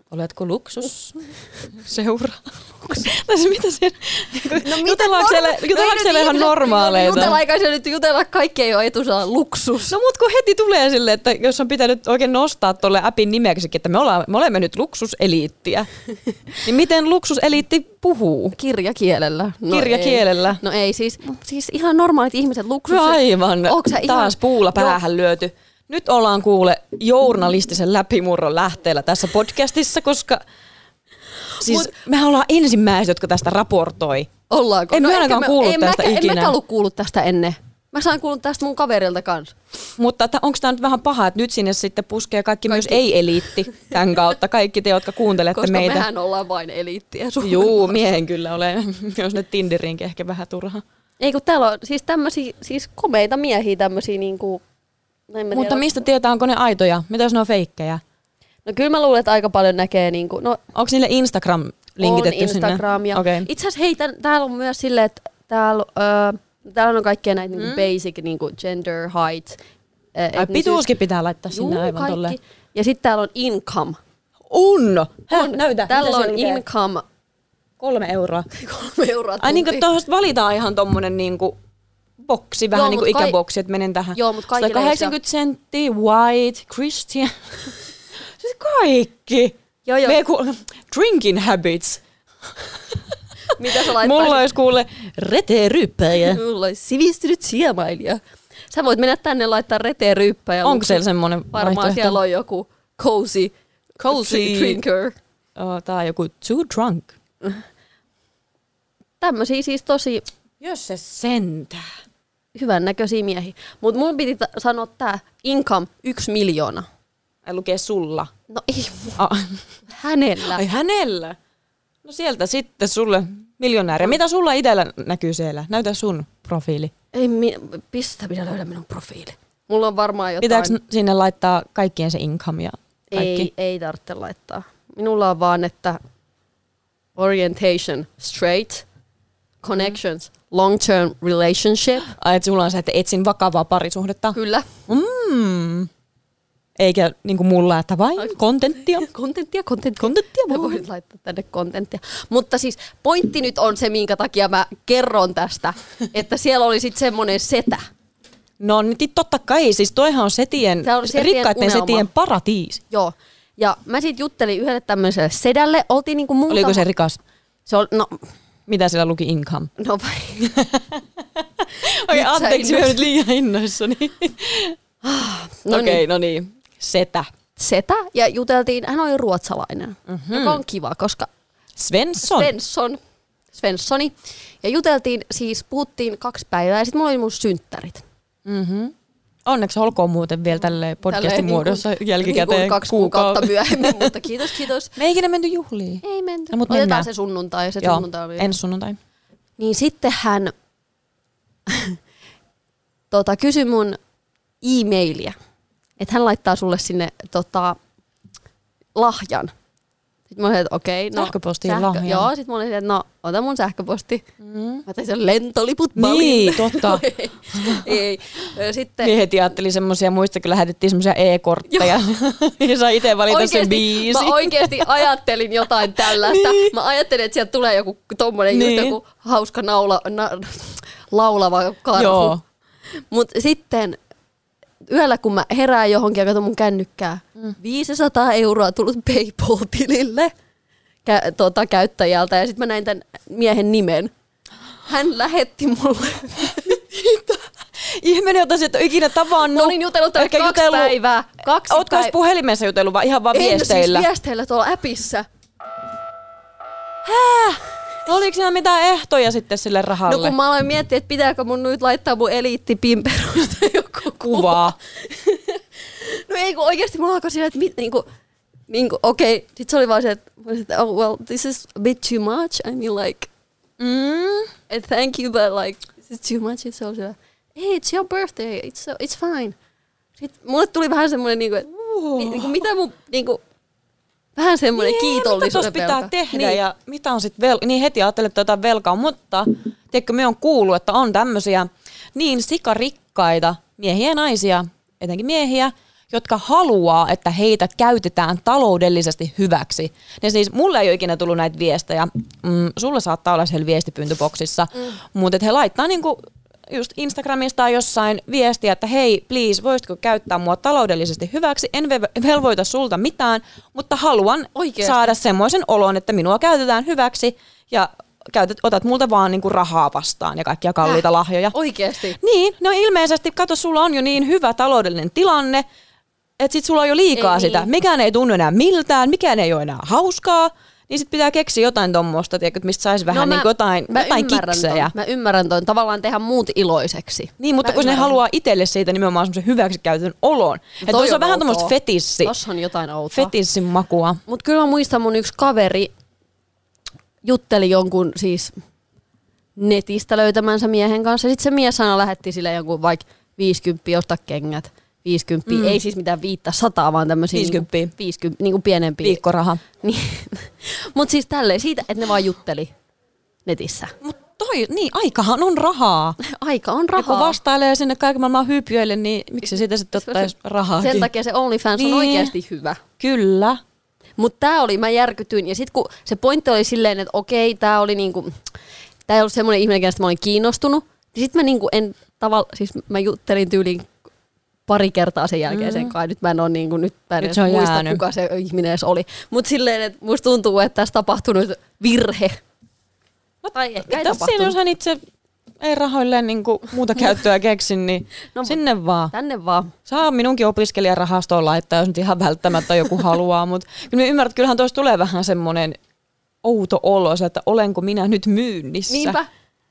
Oletko luksus? Seura. Tai se mitä siellä? No Jutellaanko siellä, jutellaanko siellä ihan normaaleita? Jutellaan kai se nyt jutella, kaikki ei ole etusalla luksus. No mut kun heti tulee silleen, että jos on pitänyt oikein nostaa tuolle appin nimeksi, että me, ollaan, me olemme nyt luksuseliittiä, niin miten luksuseliitti puhuu? Kirjakielellä. No Kirjakielellä. Ei. No ei, siis, siis ihan normaalit ihmiset luksus. Aivan, taas ihan... puulla päähän lyöty. Nyt ollaan kuule journalistisen läpimurron lähteellä tässä podcastissa, koska siis Mut, mehän ollaan ensimmäiset, jotka tästä raportoi. Ollaanko? En no mä ainakaan kuullut en tästä mä, ikinä. En mäkään ollut kuullut tästä ennen. Mä sain kuullut tästä mun kaverilta kanssa. Mutta onko tämä nyt vähän paha, että nyt sinne sitten puskee kaikki, kaikki. myös ei-eliitti tämän kautta. Kaikki te, jotka kuuntelette Koska meitä. Koska mehän ollaan vain eliittiä. Juu, miehen kyllä ole. Jos ne Tinderiinkin ehkä vähän turha. Ei kun täällä on siis tämmösiä, siis komeita miehiä tämmösiä niinku... Mutta tiedä. Mistä tietää, onko ne aitoja? Mitä jos ne on feikkejä? No kyllä mä luulen, että aika paljon näkee niinku... No, onko niille Instagram-linkitetty on Instagram sinne? Ja okay. Itse asiassa hei, tän, täällä on myös silleen, että täällä, öö, täällä on kaikkea näitä mm. niinku basic niinku gender, height. Ai pituuskin pitää laittaa sinne Juu, aivan tolle. Ja sitten täällä on income. On! Häh, on. Näytä. Täällä on income. Kolme euroa. Kolme euroa tunti. Ai niin kuin tuosta valitaan ihan tommonen niinku... boksi, vähän Joo, niin kuin kai... ikäboksi, että menen tähän. Joo, mutta kaikille kahdeksankymmentä senttiä, white, Christian. Siis kaikki. Joo, joo. Ku... Drinking habits. Mitä sä laittaisit? Mulla olisi kuule reteeryyppäjä. Mulla olisi sivistynyt siemailija. Sä voit mennä tänne laittaa reteeryyppäjä. Onko siellä semmoinen Varmaan vaihtoehto? Siellä on joku cozy, cozy. drinker. Oh, tää on joku too drunk. Tämmöisiä siis tosi... Jos se sentää. Hyvän näköisiä miehiä. Mutta mun piti t- sanoa tää income yksi miljoona. Ai lukee sulla? No ei ah. Hänellä. Ai hänellä? No sieltä sitten sulle miljonääri. Mitä sulla itsellä näkyy siellä? Näytä sun profiili. Ei, mi- pistä minä löydä minun profiili. Mulla on varmaan jotain... Pitääkö sinne laittaa kaikkien se income ja kaikki? Ei, ei tarvitse laittaa. Minulla on vaan, että orientation straight, connections mm. long-term relationship. Ai, että sulla on se, että etsin vakavaa parisuhdetta? Kyllä. Mm. Eikä niin kuin mulla, että vain kontenttia. Kontenttia, kontenttia. Kontenttia mä voin laittaa tänne kontenttia. Mutta siis pointti nyt on se, minkä takia mä kerron tästä, että siellä oli sitten semmoinen setä. No niin totta kai, siis toihan on setien, on setien rikkaiden unelma. Setien paratiisi. Joo, ja mä sit juttelin yhdelle tämmöiselle sedälle, oltiin niinku muutama... Oliko se rikas? Se oli, no... Mitä siellä luki income? No vai... Okei, anteeksi, mä nyt liian innoissani. no Okei, niin. no niin. Setä. Setä, ja juteltiin, hän oli ruotsalainen, mm-hmm. joka on kiva, koska... Svensson. Svensson. Svenssoni. Ja juteltiin, siis puhuttiin kaksi päivää, ja sitten mulla oli mun synttärit. Mhm. Onneksi olkoon muuten vielä tälle podcastin tälleen muodossa niin kuin, jälkikäteen niin kaksi kuukautta myöhemmin, mutta kiitos, kiitos. Me ei ikinä menty juhliin. Ei menty. No, mutta otetaan mennään. Se sunnuntai. Se Joo, sunnuntai ensi sunnuntai. Niin sitten hän tota, kysyi mun e-mailia, että hän laittaa sulle sinne tota, lahjan. Sitten mä olin, että okei. No, sähköpostiin sähkö, lahjan. Joo, sitten mä olin, että no, ota mun sähköposti. Mm. Mä tein sen lentoliput Baliin. Niin, totta. ei, ei. Sitten... Niin heti ajattelin semmosia, muista kun lähetettiin semmosia e-kortteja. Ja sai itse valita oikeasti, sen biisi. Mä oikeesti ajattelin jotain tällaista. Niin. Mä ajattelin, että sieltä tulee joku tommonen niin. just joku hauska naula, na, laulava karhu. Joo. Mut sitten yöllä kun mä herään johonkin ja katson mun kännykkää, mm. viisisataa euroa tullut PayPal-tilille kä- tota, käyttäjältä ja sitten mä näin tämän miehen nimen. Hän lähetti mulle. Ihminen, jota sä et ole ikinä tavannut. Mä olin jutellut tälle kaksi jutellut, päivää. Kaksi ootko päiv- puhelimessa jutellut vai ihan vaan en, viesteillä? En siis viesteillä tuolla appissa. Hää? No oliko siinä mitään ehtoja sitten sille rahalle? No kun mä aloin miettiä, että pitääkö mun nyt laittaa mun eliittipimperusta joku kuva. No ei kun oikeesti mulla alkoi siinä, että mit, niinku, niinku, okei. Okay. Sitten se oli vaan se, että oh well, this is a bit too much. I mean like, mm. thank you, but like, this is too much. It's also, hey, it's your birthday, it's, so, it's fine. Sitten mulle tuli vähän semmoinen, niinku, että uh. niinku, mitä mun, niinku, vähän semmoinen niin, kiitollisuuden mitä velka. pitää tehdä niin. Ja mitä on sitten velka. Niin heti ajattelin, että jotain velkaa, mutta tiedätkö, me on kuullut, että on tämmöisiä niin sikarikkaita miehiä ja naisia, etenkin miehiä, jotka haluaa, että heitä käytetään taloudellisesti hyväksi. Ja siis mulle ei ole ikinä tullut näitä viestejä. Mm, sulla saattaa olla siellä viestipyyntöboksissa, mm. mutta he laittaa niinku just Instagramista tai jossain viestiä, että hei, please, voisitko käyttää mua taloudellisesti hyväksi? En ve- velvoita sulta mitään, mutta haluan Oikeasti. saada semmoisen olon, että minua käytetään hyväksi ja käytät, otat multa vaan niinku rahaa vastaan ja kaikkia kalliita äh, lahjoja. Oikeesti? Niin, no ilmeisesti, kato, sulla on jo niin hyvä taloudellinen tilanne, että sit sulla on jo liikaa ei sitä. Niin. Mikään ei tunnu enää miltään, mikään ei ole enää hauskaa. Niin sit pitää keksiä jotain tommoista, tiedätkö, mistä saisi vähän no mä, niin jotain, mä jotain kiksejä. Mä ymmärrän ton. Tavallaan tehdä muut iloiseksi. Niin, mutta mä kun ne haluaa itselle siitä nimenomaan semmoisen hyväksikäytön olon. Että toissa on vähän tommoista fetissi. Tossa on jotain outoa. Fetissin makua. Mut kyllä mä muistan, mun yksi kaveri jutteli jonkun siis netistä löytämänsä miehen kanssa. Sitten se mies aina lähetti sille jonkun vaikka viisikymppiä, osta kengät. viisikymppiä, mm. ei siis mitään viittä sataa, vaan tämmöisiä viisikymppiä. Niinku, viisikymppiä, niinku pienempiä. Viikkoraha. Niin. Mut siis tälleen siitä, että ne vaan jutteli netissä. Mut toi, niin aikahan on rahaa. Aika on rahaa. Ja kun vastailee sinne kaiken maailman hyypiöille, niin miksi siitä sitten ottaisi rahaa? Sen takia se OnlyFans niin. on oikeasti hyvä. Kyllä. Mut tää oli, mä järkytyin. Ja sit kun se pointti oli silleen, että okei, tää oli niinku, tää ei ollut semmonen ihminen, kenestä mä olin kiinnostunut. Niin sit mä niinku en tavallaan, siis mä juttelin tyyliin pari kertaa sen jälkeen sen kai. Nyt mä en ole niin kuin, nyt mä en nyt muista, jäänyt. Kuka se ihminen edes oli. Mutta silleen, että musta tuntuu, että tässä tapahtui nyt virhe. No, tai ehkä ei tapahtunut. Jos hän itse ei rahoilleen niin kuin muuta käyttöä keksi, niin no, sinne vaan. Tänne vaan. Saa minunkin opiskelijarahastoon laittaa, jos nyt ihan välttämättä joku haluaa. Mutta kyllä mä ymmärrän, että kyllähän tuossa tulee vähän semmoinen outo olo, että olenko minä nyt myynnissä. Niinpä.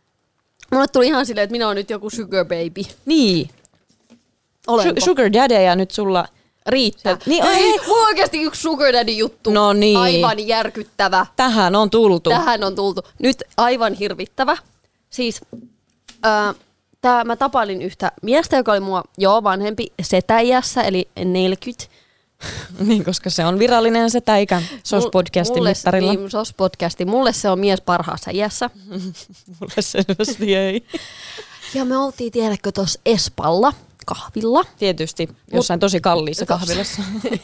Mulle tuli ihan silleen, että minä olen nyt joku sugar baby. Niin. Olenko? Sugar daddy ja nyt sulla riittää. Niin, hei, hei, mulla on oikeasti yksi sugar daddy juttu. No niin. Aivan järkyttävä. Tähän on tultu. Tähän on tultu. Nyt aivan hirvittävä. Siis äh, tää, mä tapailin yhtä miestä, joka oli mua jo vanhempi setäijässä, eli neljäkymmentä. Niin, koska se on virallinen setäikä S O S-podcastin mittarilla. Niin, S O S-podcasti. Mulle se on mies parhaassa iässä. Mulle selvästi ei. Ja me oltiin, tiedätkö, tuossa Espalla. Kahvilla. Tietysti, jossain tosi kalliissa kahvilassa.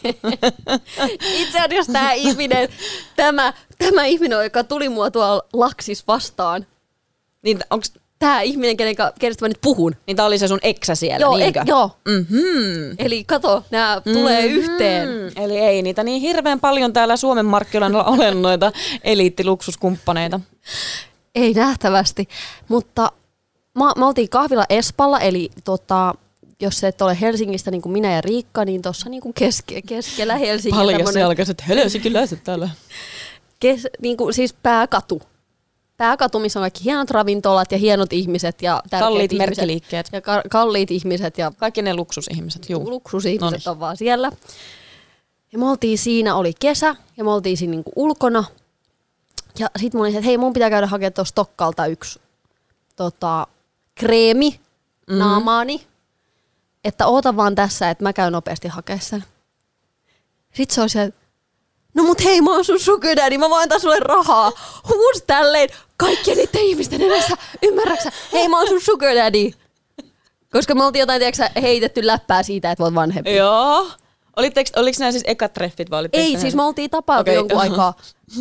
Itse asiassa tämä ihminen, tämä, tämä ihminen, joka tuli mua tuolla Laksis vastaan. Niin, onks tämä ihminen, kenen, kenestä mä nyt puhun. Niin tämä oli se sun eksä siellä, joo, niinkö? E- joo. Mm-hmm. Eli kato, nämä mm-hmm. tulee yhteen. Eli ei niitä niin hirveän paljon täällä Suomen markkinoilla ole noita eliittiluksuskumppaneita. Ei nähtävästi, mutta me, me oltiin kahvilla Espalla, eli tota, jos et ole Helsingistä niin kuin minä ja Riikka, niin tuossa niin kuin keske, keskellä Helsinkiä. Paljasjalkaiset helsinkiläiset täällä. Kes, niin kuin, siis pääkatu. Pääkatu, missä on kaikki hienot ravintolat ja hienot ihmiset ja tärkeät kalliit ihmiset. merkkiliikkeet. Ja ka- kalliit ihmiset. Ja kaikki ne luksusihmiset, juu. Luksusihmiset Nonish. On vaan siellä. Ja me oltiin siinä, oli kesä ja me oltiin siinä niin kuin ulkona. Ja sit mä olin, että hei, mun pitää käydä hakemaan tuossa Stokkalta yksi tota, kreemi mm-hmm. naamaani. Että oota vaan tässä, että mä käyn nopeasti hakemaan sen. Sitten se on siellä, no mut hei, mä oon sun sugar daddy, mä voin antaa sulle rahaa. Huus tälleen kaikkien niiden ihmisten edessä, ymmärräksä? Hei, mä oon sun sugar daddy. Koska me oltiin jotain, tiedätkö, heitetty läppää siitä, että voit vanhempi. Joo. Olitteko, oliko nämä siis ekat treffit vai olitteko? Ei, siis me oltiin tapailtu okay. jonkun aikaa.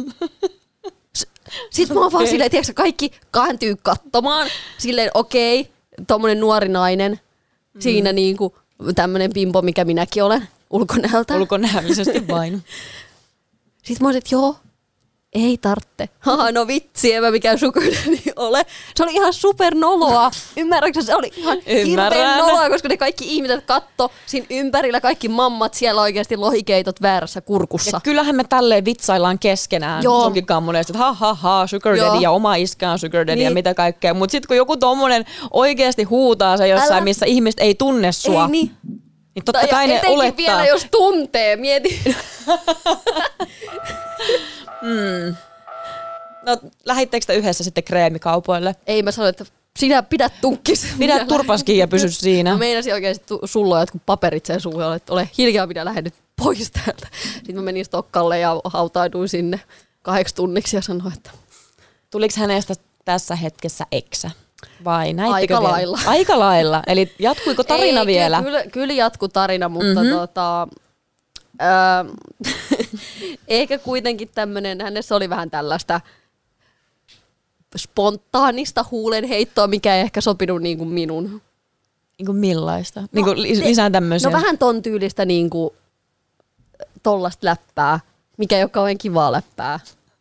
Sitten mä oon vaan okay. silleen, tiedätkö, kaikki kääntyy katsomaan. Silleen, okei, okay, tommonen nuori nainen. Mm. Siinä niinku tämmönen pimpo, mikä minäkin olen ulkonäöltä. Ulkonäöllisesti vain. Sitten mä olisin, että joo, ei tarvitse. Haha, no vitsi, en mä mikään sugar daddy ole. Se oli ihan supernoloa. Ymmärrätkö, se oli ihan Ymmärrän. hirveän noloa, koska ne kaikki ihmiset katto siinä ympärillä, kaikki mammat siellä oikeasti lohikeitot väärässä kurkussa. Ja kyllähän me tälleen vitsaillaan keskenään. Joo. Sonkin kammoneista, että ha ha ha, sugar daddy ja oma iskä on sugar daddy niin. Ja mitä kaikkea. Mutta sitten kun joku tommonen oikeasti huutaa se jossain, Älä. Missä ihmiset ei tunne sua. Ei niin. Niin totta kai ne olettaa. Vielä jos tuntee, mieti. mm. No lähittekö te yhdessä sitten kreemikaupoille? Ei, mä sanoin, että sinä pidät tunkkis. Pidät turpaskin ja pysy siinä. Mä meinasin oikeasti, sulla on jotkut paperit sen suuhun, että ole hiljaa, minä lähden nyt pois täältä. Sitten mä menin Stokkalle ja hautauduin sinne kahdeksi tunniksi ja sanoin, että... Tuliko hänestä tässä hetkessä eksä? Vai näittekö Aika vielä? lailla. Aika lailla. Eli jatkuiko tarina Ei, vielä? Kyllä, kyllä jatku tarina, mutta Mhm. tota, öö, ehkä kuitenkin tämmöinen, hänessä oli vähän tällaista spontaanista huulenheittoa, mikä ei ehkä sopinut niin kuin minun. Niin kuin millaista? No, niin kuin lisää tämmöisiä. No vähän ton tyylistä niin kuin tollasta läppää, mikä ei ole kauhean kivaa läppää.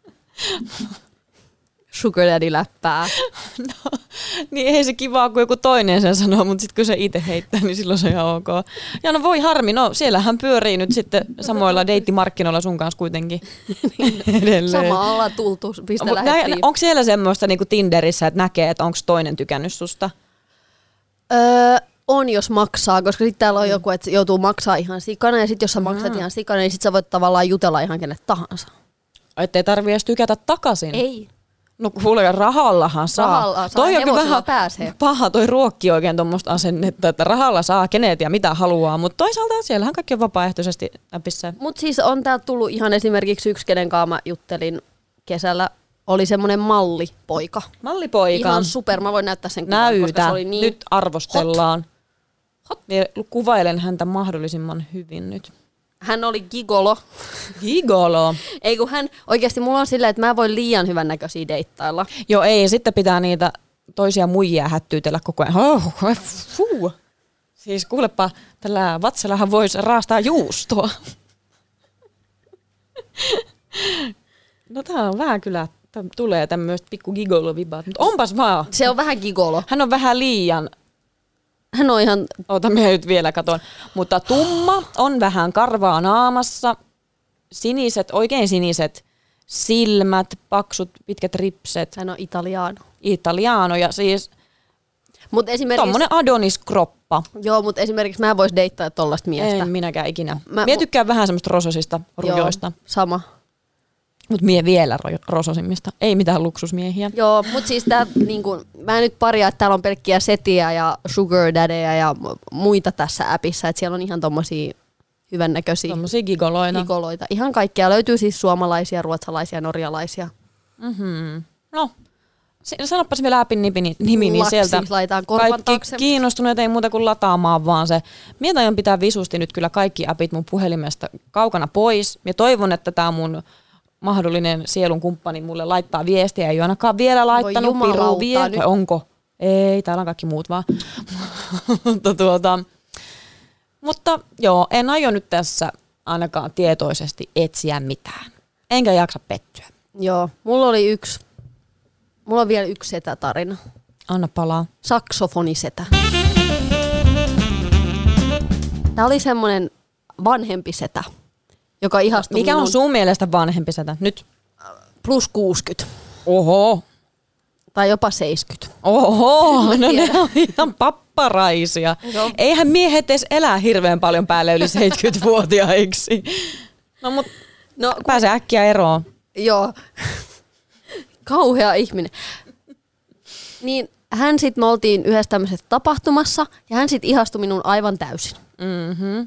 Sugar daddy läppää. No, niin ei se kivaa, kun joku toinen sen sanoo, mutta sitten kun se itse heittää, niin silloin se on ihan ok. Ja no voi harmi, no siellähän pyörii nyt sitten samoilla deittimarkkinoilla sun kanssa kuitenkin edelleen. Sama ollaan tultu, mistä lähdettiin. Onko siellä semmoista niin kuin Tinderissä, että näkee, että onko toinen tykännyt susta? Öö, on, jos maksaa, koska sitten täällä on joku, että joutuu maksaa ihan sikana, ja sitten jos sä maksat ihan sikana, niin sitten sä voit tavallaan jutella ihan kenet tahansa. Että ei tarvitse edes tykätä takaisin. Ei. No kuule, rahallahan saa. Rahalla saa, toi on kyllä hevosilla vähän pääsee. paha, toi ruokki oikein tuommoista asennetta, että rahalla saa kenet ja mitä haluaa, mutta toisaalta siellähän kaikki on vapaaehtoisesti äpissä. Mutta siis on täältä tullut ihan esimerkiksi yksi, kenen kanssa mä juttelin kesällä, oli semmoinen mallipoika. Mallipoika. Ihan super, mä voin näyttää sen kuvan, koska Näytä, se oli niin nyt arvostellaan. Hot. Hot. Kuvailen häntä mahdollisimman hyvin nyt. Hän oli gigolo. Gigolo. Ei kun hän, oikeasti mulla on silleen, että mä voin liian hyvän näköisiä deittailla. Joo, ei, sitten pitää niitä toisia muijia hättyytellä koko ajan. Oh, fuu. Siis kuulepa, tällä vatsallahan voisi raastaa juustoa. No tää on vähän kyllä, tulee tämmöistä pikku gigolo-vibaat, mutta onpas vaan. Se on vähän gigolo. Hän on vähän liian, Hän on ihan, ota minä nyt vielä katon, mutta tumma, on vähän karvaa naamassa, siniset, oikein siniset silmät, paksut, pitkät ripset, hän on italiano. italiano ja siis Mut esimerkiksi, tommonen Adonis-kroppa. joo, mutta esimerkiksi mä vois deittaa tollasta miestä. En minäkään ikinä. Mä- Mie tykkään vähän semmoista rososista rujoista, Joo, sama. mutta mie vielä ro- rososimmista. Ei mitään luksusmiehiä. Joo, mutta siis tää, niinku, mä en nyt paria, että täällä on pelkkiä setiä ja sugar daddyja ja muita tässä appissa, että siellä on ihan tommosia hyvännäköisiä Tommosia gigoloina. gigoloita. Ihan kaikkea löytyy siis suomalaisia, ruotsalaisia, norjalaisia. Mm-hmm. No, se- sanoppas vielä appin nimi, nimi niin Laksi, sieltä laitetaan korvan kaikki taakse. kiinnostuneet ei muuta kuin lataamaan vaan se. Mie aion pitää visusti nyt kyllä kaikki appit mun puhelimesta kaukana pois. Mie toivon, että tää mun mahdollinen sielun kumppani mulle laittaa viestiä. Ei ole ainakaan vielä laittanut jumalauta, pirun viestiä. nyt- Onko? Ei, täällä on kaikki muut vaan. mutta, tuota, mutta joo, en aio nyt tässä ainakaan tietoisesti etsiä mitään. Enkä jaksa pettyä. Joo, mulla oli yksi, mulla on vielä yksi setätarina. Anna palaa. Saksofonisetä. Tää oli semmonen vanhempi setä, joka ihastui Mikä minun on sun mielestä vanhempi setä? Nyt. plus kuusikymmentä Oho. tai jopa seitsemänkymmentä. Oho. No ne tiedä. on ihan papparaisia. Joo. Eihän miehet edes elää hirveän paljon päälle yli seitsemänkymmentävuotiaiksi. No mut No pääse äkkiä eroon. joo, kauhea ihminen. Niin hän sit, me oltiin yhdessä tämmöisessä tapahtumassa ja hän sit ihastui minun aivan täysin. Mhm.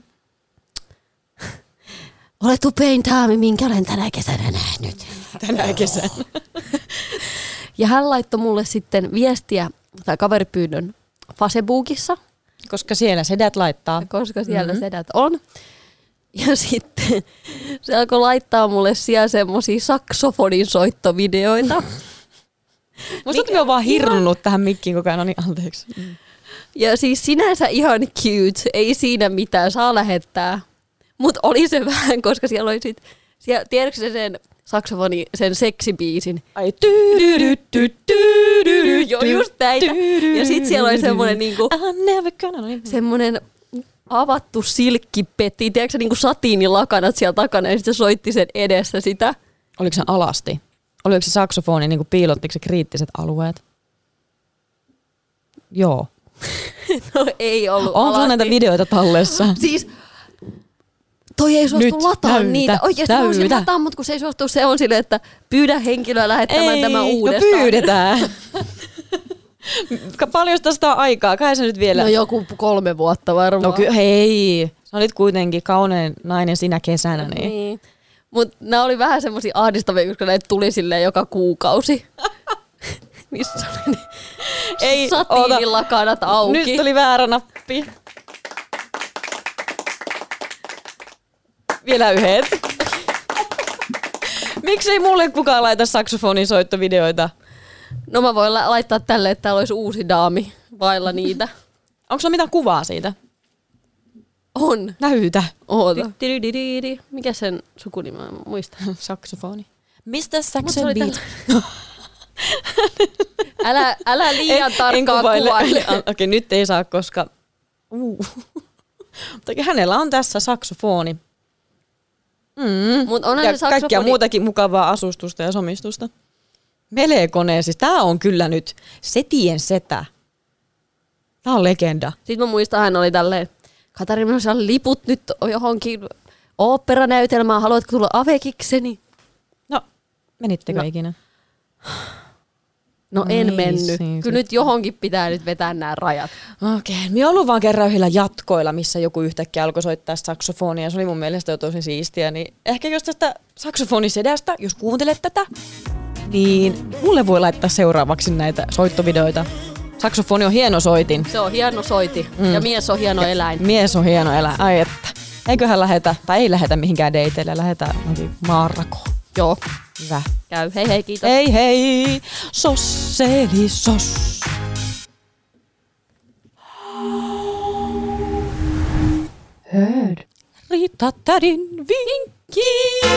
Olet upein daami, minkä olen tänä kesänä nähnyt. Tänä kesänä. Ja hän laittoi mulle sitten viestiä tai kaveripyynnön Facebookissa, Koska siellä sedät laittaa. koska siellä mm-hmm. sedät on. Ja sitten se alkoi laittaa mulle siellä semmosia saksofonin soittovideoita. Musta me on vaan hirnut tähän mikkiin koko ajan. No niin, anteeksi. Ja siis sinänsä ihan cute, ei siinä mitään, saa lähettää. Mutta oli se vähän, koska siellä oli sit, siellä, tiedätkö se sen saksofoni, sen seksibiisin? Ai tyy Joo, just näitä. Ja sit siellä oli semmonen niinku, I'm never gonna. No niin. semmonen avattu silkkipetti, tiedätkö niinku satiinilakanat siellä takana ja sitten se soitti sen edessä sitä. Oliko se alasti? Oliko se saksofoni, niin kuin piilottiko se kriittiset alueet? Joo. No ei ollut Onko sulla alasti. näitä videoita tallessa? Siis toi ei suostu Nyt, lataa näytä, niitä. Oikeesti mä voisin näytä. lataa, mutta kun se ei suostu, se on silleen, että pyydä henkilöä lähettämään tämä no uudestaan. pyydetään. Paljon tästä on aikaa? Kai se nyt vielä... No joku kolme vuotta varmaan. No ky- hei, sä olit kuitenkin kaunein nainen sinä kesänä. Niin. Niin. Mutta nämä oli vähän semmoisia ahdistavia, koska näitä tuli silleen joka kuukausi. Missä oli ne Ei, satiinilakanat auki? Nyt tuli väärä nappi. Vielä yhdet. Miksei mulle kukaan laita saksofonin soittovideoita? No mä voin la- laittaa tälle, että täällä olisi uusi daami vailla niitä. Onko sulla mitään kuvaa siitä? On. Näytä. Oota. Di-di-di-di-di. Mikä sen sukunimi on? Muista. Saksofoni. Mister Mut se Saxon oli Beat. Älä, älä liian En- tarkkaan en kuvaile. kuvaile. Okei, okay, nyt ei saa, koska... Uh. Mutta hänellä on tässä saksofoni. Mm. Mut onhan Ja se saksofoni- kaikkia muutakin mukavaa asustusta ja somistusta. Melee-koneen, siis tää on kyllä nyt setien setä. Tää on legenda. Sitten mä muistan, hän oli tälleen, Katariina, mä saan liput nyt johonkin oopperanäytelmään, haluatko tulla avekikseni? No, menittekö No. ikinä? No en Niin, mennyt. siis- Kyllä nyt johonkin pitää nyt vetää nämä rajat. Okei, okay. Minä ollut vaan kerran yhdellä jatkoilla, missä joku yhtäkkiä alkoi soittaa saksofonia. Se oli mun mielestä jo tosi siistiä. Niin ehkä jos tästä saksofonisedästä, jos kuuntelet tätä, niin mulle voi laittaa seuraavaksi näitä soittovideoita. Saksofoni on hieno soitin. Se on hieno soiti mm. ja mies on hieno eläin. Mies on hieno eläin. Ai että. Eiköhän lähetä, tai ei lähetä mihinkään dateille, lähetä maarakoon. Joo, Hyvä. käy. Hei hei, kiitos. Hei hei, sosseli sos. Heard. Riitta tädin vinkki.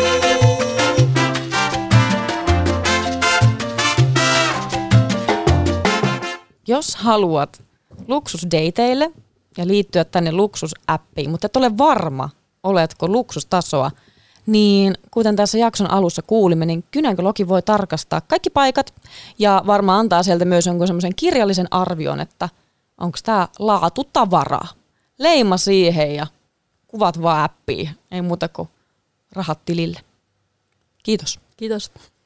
Jos haluat luksusdateille ja liittyä tänne luksusäppiin, mutta et ole varma, oletko luksustasoa, niin kuten tässä jakson alussa kuulimme, niin Kynänkologi voi tarkastaa kaikki paikat ja varmaan antaa sieltä myös jonkun semmoisen kirjallisen arvion, että onko tämä laatutavaraa. Leima siihen ja kuvat vaan appiin, ei muuta kuin rahat tilille. Kiitos. Kiitos.